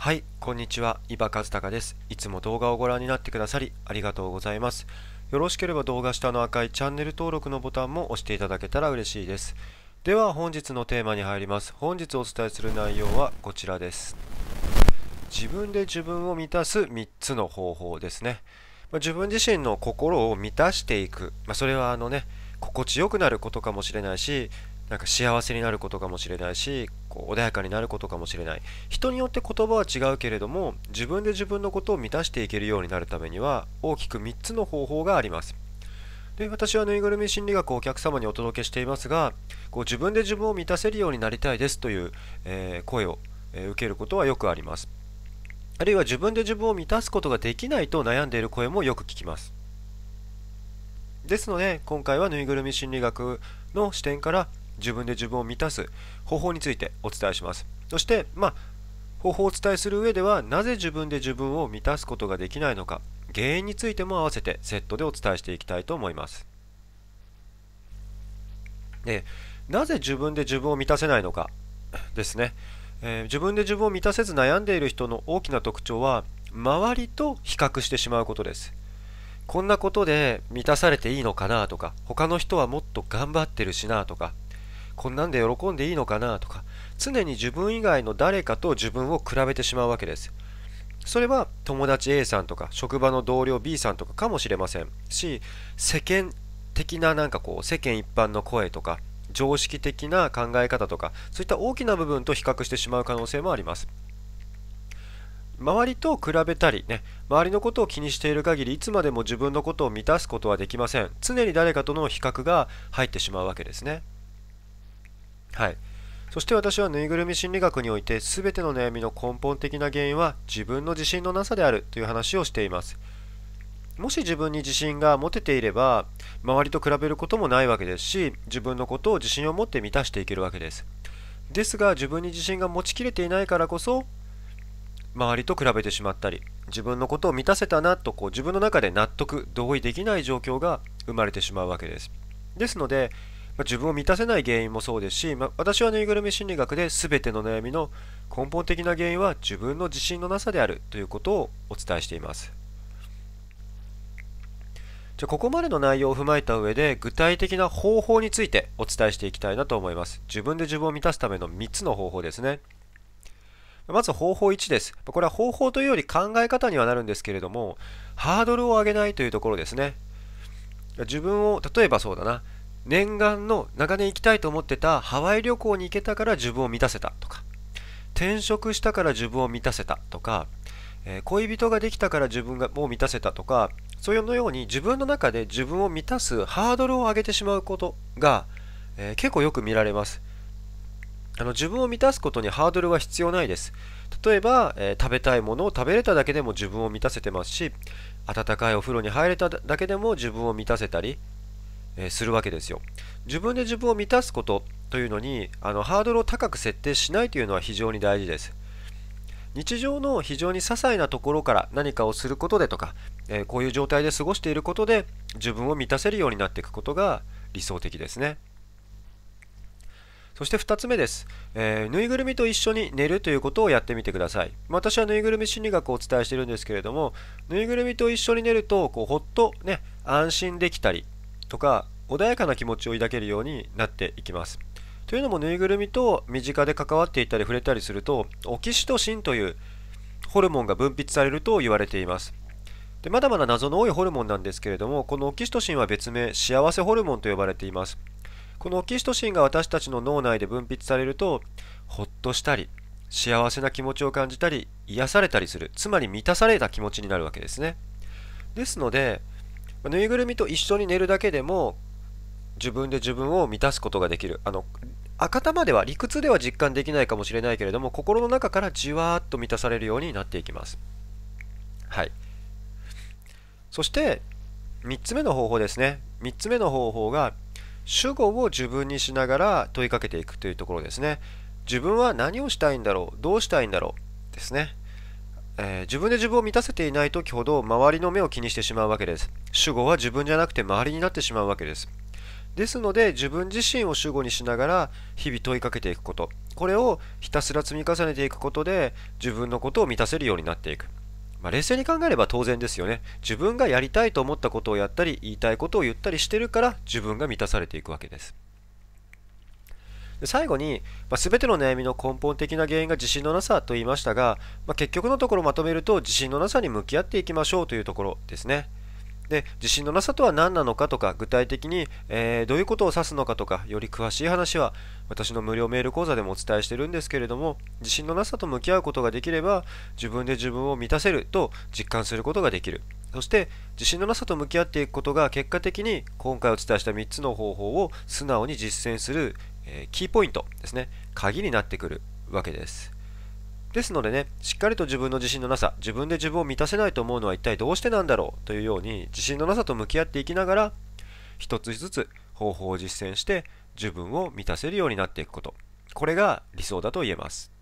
はい、こんにちは。伊庭和孝です。いつも動画をご覧になってくださりありがとうございます。よろしければ動画下の赤いチャンネル登録のボタンも押していただけたら嬉しいです。では本日のテーマに入ります。本日お伝えする内容はこちらです。自分で自分を満たす3つの方法ですね。自分自身の心を満たしていく。それは心地よくなることかもしれないし、なんか幸せになることかもしれないし、穏やかになることかもしれない。人によって言葉は違うけれども、自分で自分のことを満たしていけるようになるためには、大きく3つの方法があります。で、私はぬいぐるみ心理学をお客様にお届けしていますが、自分で自分を満たせるようになりたいですという、声を、受けることはよくあります。あるいは自分で自分を満たすことができないと悩んでいる声もよく聞きます。ですので、今回はぬいぐるみ心理学の視点から自分で自分を満たす方法についてお伝えします。そして、方法をお伝えする上では、なぜ自分で自分を満たすことができないのか、原因についても合わせてセットでお伝えしていきたいと思います。で、なぜ自分で自分を満たせないのかですね。自分で自分を満たせず悩んでいる人の大きな特徴は、周りと比較してしまうことです。こんなことで満たされていいのかなとか、他の人はもっと頑張ってるしなとか、こんなんで喜んでいいのかなとか、常に自分以外の誰かと自分を比べてしまうわけです。それは友達 A さんとか職場の同僚 B さんとかかもしれませんし、世間的な世間一般の声とか常識的な考え方とか、そういった大きな部分と比較してしまう可能性もあります。周りと比べたり周りのことを気にしている限り、いつまでも自分のことを満たすことはできません。常に誰かとの比較が入ってしまうわけですね。はい。そして私はぬいぐるみ心理学において、全ての悩みの根本的な原因は自分の自信のなさであるという話をしています。もし自分に自信が持てていれば、周りと比べることもないわけですし、自分のことを自信を持って満たしていけるわけです。ですが、自分に自信が持ちきれていないからこそ、周りと比べてしまったり、自分のことを満たせたなと自分の中で納得、同意できない状況が生まれてしまうわけです。ですので、自分を満たせない原因もそうですし、私はぬいぐるみ心理学で全ての悩みの根本的な原因は自分の自信のなさであるということをお伝えしています。じゃあここまでの内容を踏まえた上で、具体的な方法についてお伝えしていきたいなと思います。自分で自分を満たすための3つの方法ですね。まず方法1です。これは方法というより考え方にはなるんですけれども、ハードルを上げないというところですね。自分を、例えばそうだな、念願の長年行きたいと思ってたハワイ旅行に行けたから自分を満たせたとか、転職したから自分を満たせたとか、恋人ができたから自分がもう満たせたとか、そういうのように自分の中で自分を満たすハードルを上げてしまうことが、結構よく見られます。自分を満たすことにハードルは必要ないです。例えば、食べたいものを食べれただけでも自分を満たせてますし、温かいお風呂に入れただけでも自分を満たせたり、するわけですよ。自分で自分を満たすことというのにハードルを高く設定しないというのは非常に大事です。日常の非常に些細なところから何かをすることでとか、こういう状態で過ごしていることで自分を満たせるようになっていくことが理想的ですね。そして2つ目です、ぬいぐるみと一緒に寝るということをやってみてください。私はぬいぐるみ心理学をお伝えしているんですけれども、ぬいぐるみと一緒に寝るとほっと安心できたりとか、穏やかな気持ちを抱けるようになっていきます。というのも、ぬいぐるみと身近で関わっていたり触れたりすると、オキシトシンというホルモンが分泌されると言われています。で、まだまだ謎の多いホルモンなんですけれども、このオキシトシンは別名幸せホルモンと呼ばれています。このオキシトシンが私たちの脳内で分泌されると、ほっとしたり幸せな気持ちを感じたり癒されたりする、つまり満たされた気持ちになるわけですね。ですので、ぬいぐるみと一緒に寝るだけでも自分で自分を満たすことができる。頭では理屈では実感できないかもしれないけれども、心の中からじわーっと満たされるようになっていきます。はい。そして3つ目の方法ですね。3つ目の方法が、主語を自分にしながら問いかけていくというところですね。自分は何をしたいんだろう、どうしたいんだろうですね。自分で自分を満たせていない時ほど周りの目を気にしてしまうわけです。主語は自分じゃなくて周りになってしまうわけです。ですので、自分自身を主語にしながら日々問いかけていくこと、 これをひたすら積み重ねていくことで自分のことを満たせるようになっていく。冷静に考えれば当然ですよね。自分がやりたいと思ったことをやったり、言いたいことを言ったりしてるから自分が満たされていくわけです。で最後に、全ての悩みの根本的な原因が自信のなさと言いましたが、結局のところまとめると自信のなさに向き合っていきましょうというところですね。で、自信のなさとは何なのかとか、具体的に、どういうことを指すのかとか、より詳しい話は私の無料メール講座でもお伝えしてるんですけれども、自信のなさと向き合うことができれば、自分で自分を満たせると実感することができる。そして、自信のなさと向き合っていくことが結果的に今回お伝えした3つの方法を素直に実践する、キーポイントですね、鍵になってくるわけです。ですのでね、しっかりと自分の自信のなさ、自分で自分を満たせないと思うのは一体どうしてなんだろうというように、自信のなさと向き合っていきながら、一つずつ方法を実践して自分を満たせるようになっていくこと。これが理想だと言えます。